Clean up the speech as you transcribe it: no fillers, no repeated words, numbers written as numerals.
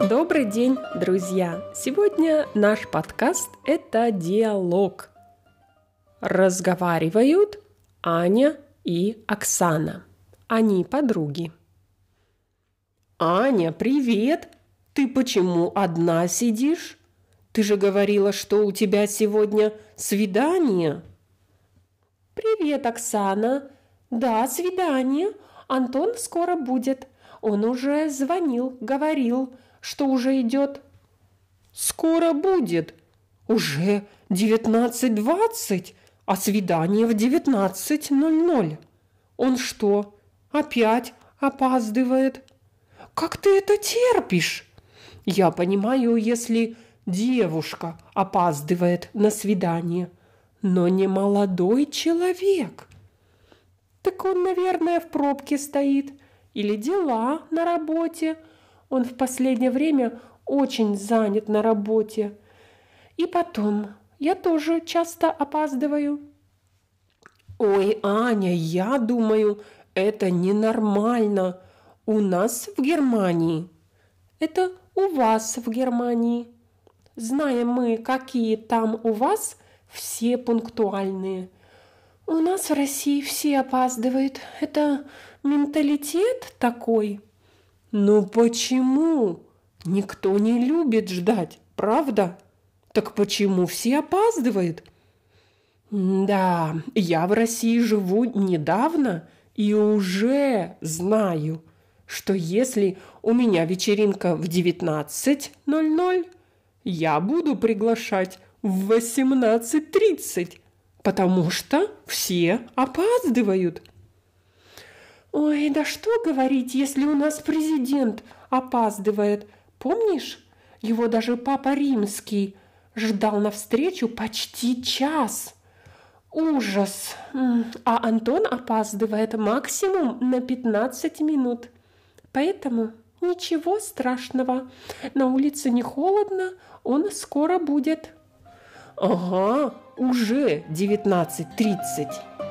Добрый день, друзья! Сегодня наш подкаст – это диалог. Разговаривают Аня и Оксана. Они подруги. Аня, привет! Ты почему одна сидишь? Ты же говорила, что у тебя сегодня свидание. Привет, Оксана. Да, свидание. Антон скоро будет. Он уже звонил, говорил, что уже идет. Скоро будет. Уже 19:20, а свидание в 19:00. Он что, опять опаздывает? Как ты это терпишь? Я понимаю, если девушка опаздывает на свидание, но не молодой человек. Так он, наверное, в пробке стоит. Или дела на работе. Он в последнее время очень занят на работе. И потом, я тоже часто опаздываю. Ой, Аня, я думаю, это ненормально. У нас в Германии. Это у вас в Германии. Знаем мы, какие там у вас, все пунктуальные. У нас в России все опаздывают. Это менталитет такой. Ну почему? Никто не любит ждать, правда? Так почему все опаздывают? Да, я в России живу недавно и уже знаю, что если у меня вечеринка в 19:00, я буду приглашать в 18:30, потому что все опаздывают. Ой, да что говорить, если у нас президент опаздывает. Помнишь, его даже Папа Римский ждал на встречу почти час. Ужас. А Антон опаздывает максимум на 15 минут. Поэтому ничего страшного. На улице не холодно, он скоро будет. Ага, уже 19:30.